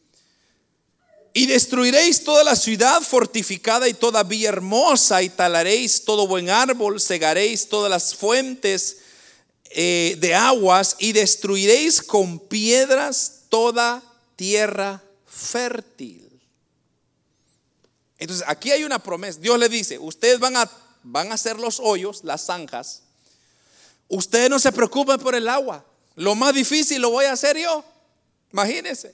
y destruiréis toda la ciudad fortificada y toda villa hermosa, y talaréis todo buen árbol, cegaréis todas las fuentes de aguas, y destruiréis con piedras toda tierra fértil. Entonces aquí hay una promesa. Dios le dice: ustedes van a hacer los hoyos, las zanjas. Ustedes no se preocupen por el agua. Lo más difícil lo voy a hacer yo. Imagínense.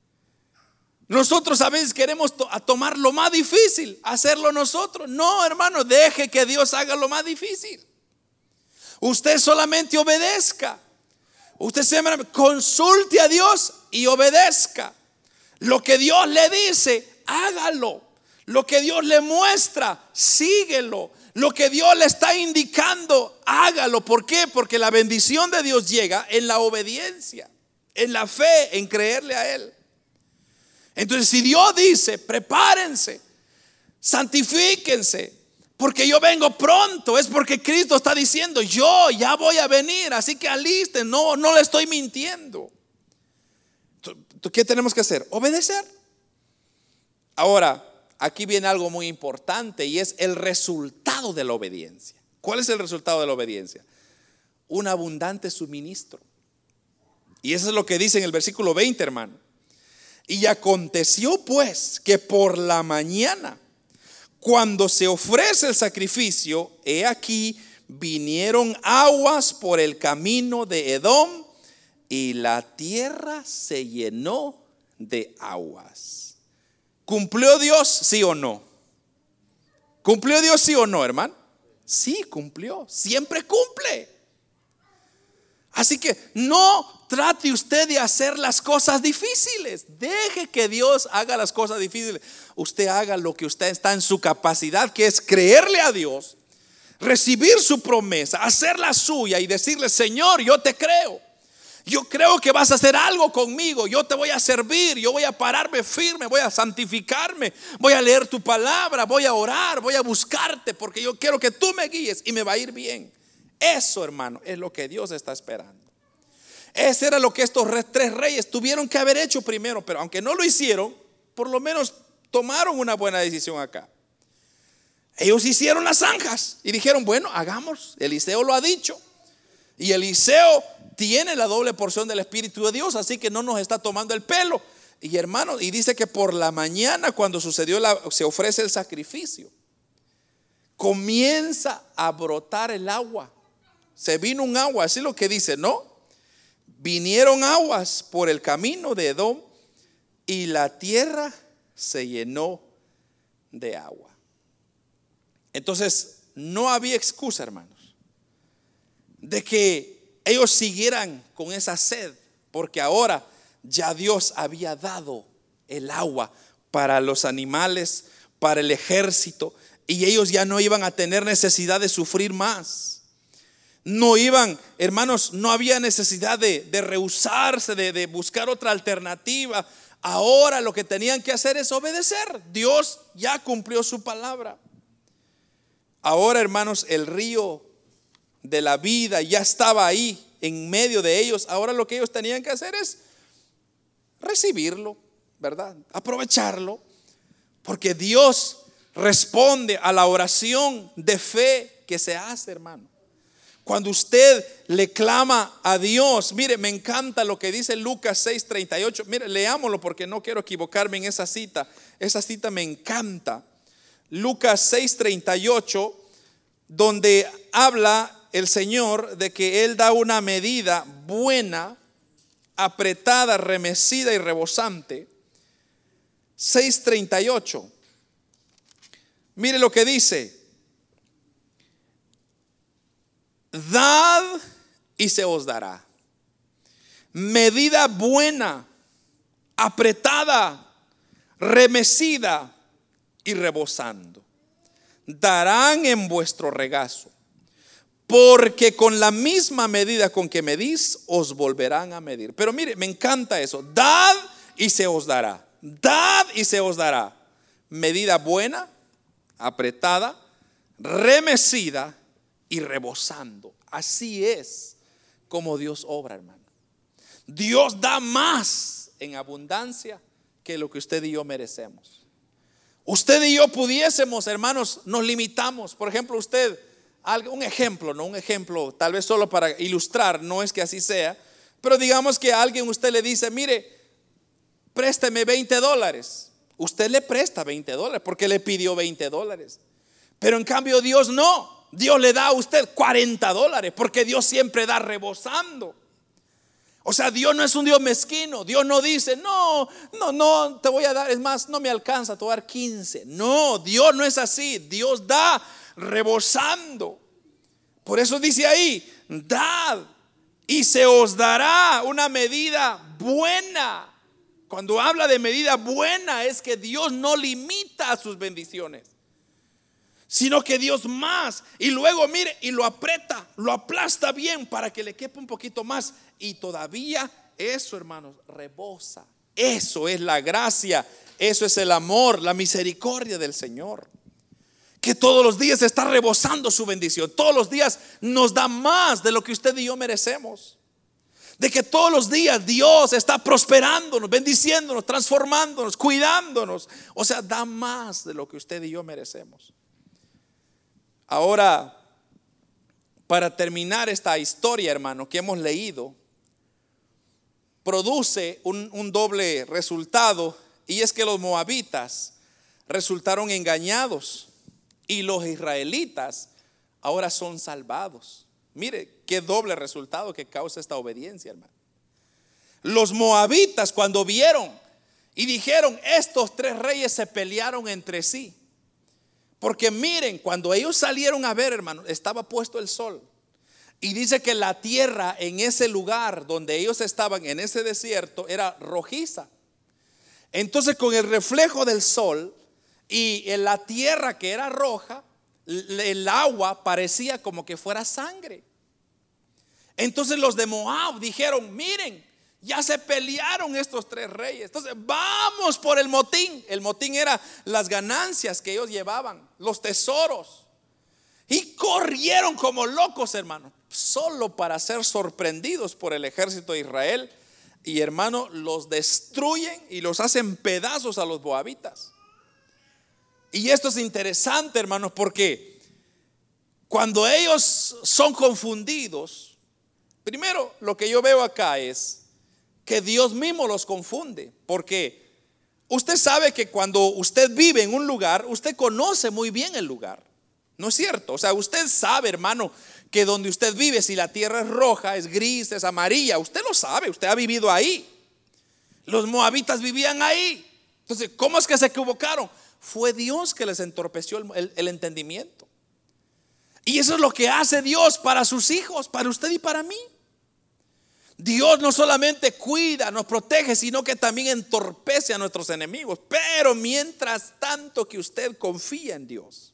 Nosotros a veces queremos tomar lo más difícil, hacerlo nosotros. No, hermano, deje que Dios haga lo más difícil. Usted solamente obedezca. Usted siempre consulte a Dios y obedezca. Lo que Dios le dice, hágalo. Lo que Dios le muestra, síguelo. Lo que Dios le está indicando, hágalo. ¿Por qué? Porque la bendición de Dios llega en la obediencia, en la fe, en creerle a Él. Entonces, si Dios dice: prepárense, santifíquense, porque yo vengo pronto, es porque Cristo está diciendo: yo ya voy a venir, así que alisten. No le estoy mintiendo. ¿Qué tenemos que hacer? Obedecer. Ahora, aquí viene algo muy importante, y es el resultado de la obediencia. ¿Cuál es el resultado de la obediencia? Un abundante suministro. Y eso es lo que dice en el versículo 20, hermano. Y aconteció pues que por la mañana, cuando se ofrece el sacrificio, he aquí vinieron aguas por el camino de Edom, y la tierra se llenó de aguas. ¿Cumplió Dios, sí o no? ¿Cumplió Dios, sí o no, hermano? Sí, cumplió. Siempre cumple. Así que no trate usted de hacer las cosas difíciles. Deje que Dios haga las cosas difíciles. Usted haga lo que usted está en su capacidad, que es creerle a Dios, recibir su promesa, hacerla suya y decirle: Señor, yo te creo. Yo creo que vas a hacer algo conmigo. Yo te voy a servir. Yo voy a pararme firme. Voy a santificarme. Voy a leer tu palabra. Voy a orar. Voy a buscarte porque yo quiero que tú me guíes y me va a ir bien. Eso, hermano, es lo que Dios está esperando. Ese era lo que estos tres reyes tuvieron que haber hecho primero. Pero aunque no lo hicieron, por lo menos tomaron una buena decisión acá. Ellos hicieron las zanjas y dijeron, bueno, hagamos. Eliseo lo ha dicho. Y Eliseo tiene la doble porción del Espíritu de Dios, así que no nos está tomando el pelo. Y hermano, y dice que por la mañana, cuando se ofrece el sacrificio, comienza a brotar el agua. Se vino un agua, así es lo que dice, ¿no? Vinieron aguas por el camino de Edom y la tierra se llenó de agua. Entonces, no había excusa, hermanos, de que ellos siguieran con esa sed, porque ahora ya Dios había dado el agua para los animales, para el ejército, y ellos ya no iban a tener necesidad de sufrir más. No iban, hermanos, no había necesidad de rehusarse, de buscar otra alternativa. Ahora lo que tenían que hacer es obedecer. Dios ya cumplió su palabra. Ahora, hermanos, el río de la vida ya estaba ahí en medio de ellos. Ahora lo que ellos tenían que hacer es recibirlo, ¿verdad? Aprovecharlo, porque Dios responde a la oración de fe que se hace, hermano. Cuando usted le clama a Dios, mire, me encanta lo que dice Lucas 6:38. Mire, leámoslo porque no quiero equivocarme en esa cita. Esa cita me encanta. Lucas 6:38, donde habla el Señor de que Él da una medida buena, apretada, remecida y rebosante. 6:38. Mire lo que dice: dad y se os dará. Medida buena, apretada, remecida y rebosando, darán en vuestro regazo, porque con la misma medida con que medís, os volverán a medir. Pero mire, me encanta eso. Dad y se os dará. Dad y se os dará. Medida buena, apretada, remecida y rebosando. Así es como Dios obra, hermano. Dios da más en abundancia que lo que usted y yo merecemos. Usted y yo pudiésemos, hermanos, nos limitamos. Por ejemplo, usted, un ejemplo, tal vez solo para ilustrar, no es que así sea, pero digamos que a alguien usted le dice, mire, présteme $20. Usted le presta $20 porque le pidió $20. Pero en cambio Dios no. Dios le da a usted $40 porque Dios siempre da rebosando. O sea, Dios no es un Dios mezquino. Dios no dice, no, te voy a dar, es más, no me alcanza, te voy a dar 15. No, Dios no es así. Dios da rebosando. Por eso dice ahí, dad y se os dará una medida buena. Cuando habla de medida buena es que Dios no limita sus bendiciones, sino que Dios más. Y luego mire, y lo aprieta, lo aplasta bien para que le quepa un poquito más. Y todavía eso, hermanos, rebosa. Eso es la gracia, eso es el amor, la misericordia del Señor, que todos los días está rebosando su bendición. Todos los días nos da más de lo que usted y yo merecemos. De que todos los días Dios está prosperándonos, bendiciéndonos, transformándonos, cuidándonos. O sea, da más de lo que usted y yo merecemos. Ahora, para terminar esta historia, hermano, que hemos leído, produce un doble resultado, y es que los moabitas resultaron engañados y los israelitas ahora son salvados. Mire qué doble resultado que causa esta obediencia, hermano. Los moabitas, cuando vieron y dijeron, estos tres reyes se pelearon entre sí. Porque miren, cuando ellos salieron a ver, hermano, estaba puesto el sol. Y dice que la tierra en ese lugar donde ellos estaban, en ese desierto, era rojiza. Entonces, con el reflejo del sol y en la tierra que era roja, el agua parecía como que fuera sangre. Entonces los de Moab dijeron: miren, ya se pelearon estos tres reyes, entonces vamos por el motín. El motín era las ganancias que ellos llevaban, los tesoros. Y corrieron como locos, hermano, solo para ser sorprendidos por el ejército de Israel. Y hermano, los destruyen y los hacen pedazos a los moabitas. Y esto es interesante, hermanos, porque cuando ellos son confundidos, primero lo que yo veo acá es que Dios mismo los confunde. Porque usted sabe que cuando usted vive en un lugar, usted conoce muy bien el lugar, ¿no es cierto? O sea, usted sabe, hermano, que donde usted vive, si la tierra es roja, es gris, es amarilla, usted lo sabe, usted ha vivido ahí. Los moabitas vivían ahí. Entonces, ¿cómo es que se equivocaron? Fue Dios que les entorpeció el entendimiento. Y eso es lo que hace Dios para sus hijos, para usted y para mí. Dios no solamente cuida, nos protege, sino que también entorpece a nuestros enemigos. Pero mientras tanto que usted confía en Dios.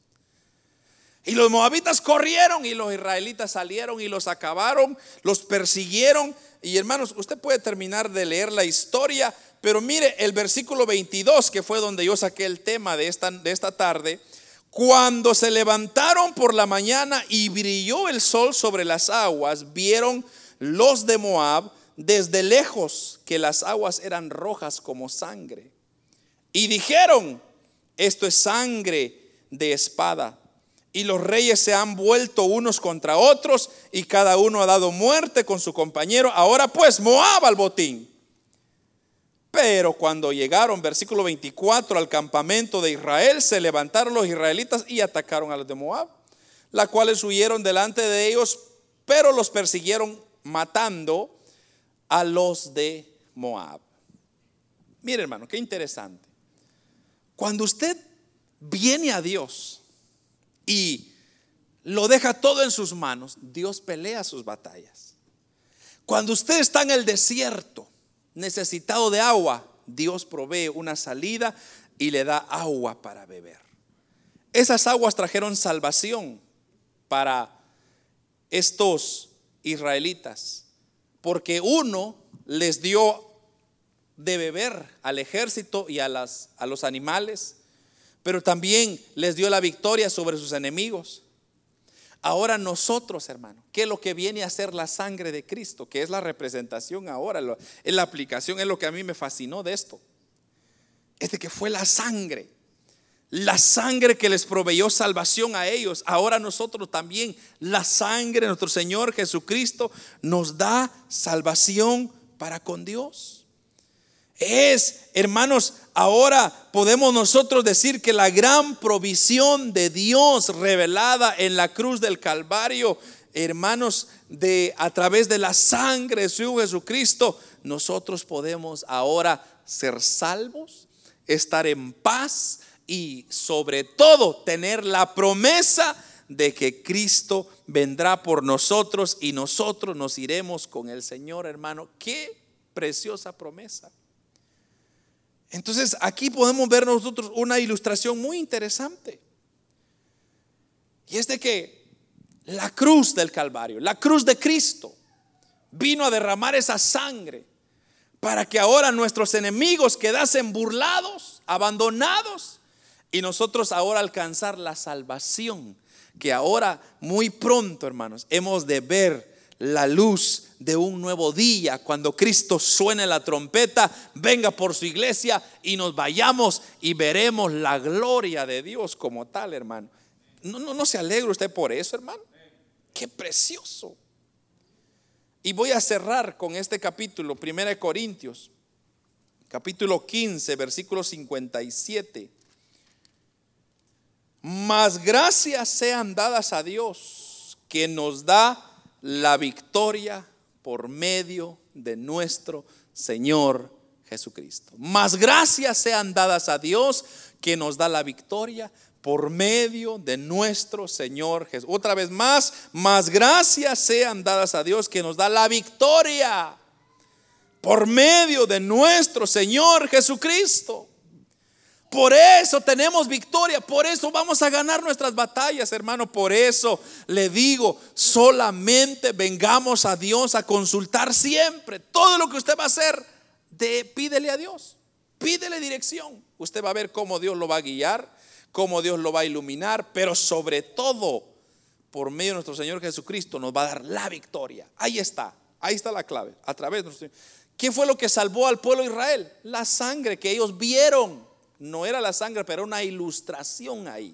Y los moabitas corrieron y los israelitas salieron y los acabaron, los persiguieron. Y hermanos, usted puede terminar de leer la historia, pero mire el versículo 22, que fue donde yo saqué el tema de esta tarde. Cuando se levantaron por la mañana y brilló el sol sobre las aguas, vieron los de Moab desde lejos que las aguas eran rojas como sangre. Y dijeron: esto es sangre de espada. Y los reyes se han vuelto unos contra otros, y cada uno ha dado muerte con su compañero. Ahora pues, Moab al botín. Pero cuando llegaron, versículo 24, al campamento de Israel, se levantaron los israelitas y atacaron a los de Moab, las cuales huyeron delante de ellos, pero los persiguieron matando a los de Moab. Mire, hermano, qué interesante. Cuando usted viene a Dios y lo deja todo en sus manos, Dios pelea sus batallas. Cuando usted está en el desierto, necesitado de agua, Dios provee una salida y le da agua para beber. Esas aguas trajeron salvación para estos israelitas, porque uno les dio de beber al ejército y a los animales, pero también les dio la victoria sobre sus enemigos. Ahora nosotros, hermano, ¿qué es lo que viene a ser la sangre de Cristo? Que es la representación ahora, es la aplicación, es lo que a mí me fascinó de esto. Es de que fue la sangre que les proveyó salvación a ellos. Ahora nosotros también, la sangre de nuestro Señor Jesucristo nos da salvación para con Dios. Hermanos, ahora podemos nosotros decir que la gran provisión de Dios revelada en la cruz del Calvario, hermanos, a través de la sangre de su Hijo Jesucristo, nosotros podemos ahora ser salvos, estar en paz y sobre todo tener la promesa de que Cristo vendrá por nosotros y nosotros nos iremos con el Señor, hermano. Qué preciosa promesa. Entonces aquí podemos ver nosotros una ilustración muy interesante. Y es de que la cruz del Calvario, la cruz de Cristo, vino a derramar esa sangre para que ahora nuestros enemigos quedasen burlados, abandonados, y nosotros ahora alcanzar la salvación, que ahora muy pronto, hermanos, hemos de ver la luz de un nuevo día, cuando Cristo suene la trompeta, venga por su iglesia y nos vayamos y veremos la gloria de Dios como tal, hermano. ¿No se alegra usted por eso, hermano? Qué precioso. Y voy a cerrar con este capítulo, 1 Corintios, capítulo 15, versículo 57. Mas gracias sean dadas a Dios, que nos da la victoria por medio de nuestro Señor Jesucristo. Mas gracias sean dadas a Dios, que nos da la victoria por medio de nuestro Señor Jesús. Otra vez más gracias sean dadas a Dios, que nos da la victoria por medio de nuestro Señor Jesucristo. Por eso tenemos victoria, por eso vamos a ganar nuestras batallas, hermano. Por eso le digo, solamente vengamos a Dios a consultar siempre. Todo lo que usted va a hacer, pídele a Dios, pídele dirección. Usted va a ver cómo Dios lo va a guiar, cómo Dios lo va a iluminar, pero sobre todo, por medio de nuestro Señor Jesucristo, nos va a dar la victoria. Ahí está la clave, a través de nuestro Señor. ¿Qué fue lo que salvó al pueblo de Israel? La sangre que ellos vieron. No era la sangre, pero era una ilustración ahí.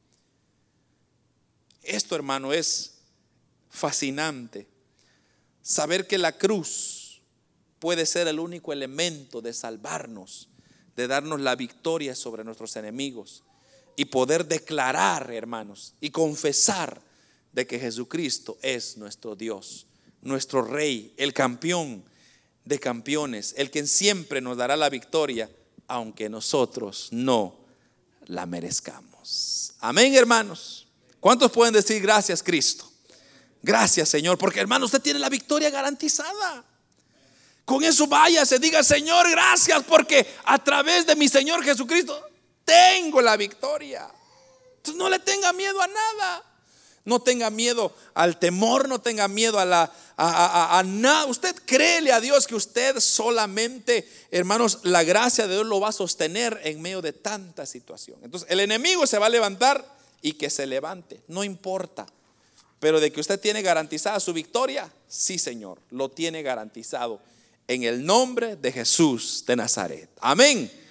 Esto, hermano, es fascinante. Saber que la cruz puede ser el único elemento de salvarnos, de darnos la victoria sobre nuestros enemigos y poder declarar, hermanos, y confesar de que Jesucristo es nuestro Dios, nuestro Rey, el campeón de campeones, el que siempre nos dará la victoria, aunque nosotros no la merezcamos. Amén, hermanos. ¿Cuántos pueden decir gracias, Cristo? Gracias, Señor, porque, hermano, usted tiene la victoria garantizada. Con eso váyase, diga: Señor, gracias, porque a través de mi Señor Jesucristo tengo la victoria. Entonces no le tenga miedo a nada. No tenga miedo al temor, no tenga miedo a nada. Usted créele a Dios que usted solamente, hermanos, la gracia de Dios lo va a sostener en medio de tanta situación. Entonces el enemigo se va a levantar y que se levante, no importa. Pero de que usted tiene garantizada su victoria, sí, Señor, lo tiene garantizado en el nombre de Jesús de Nazaret. Amén.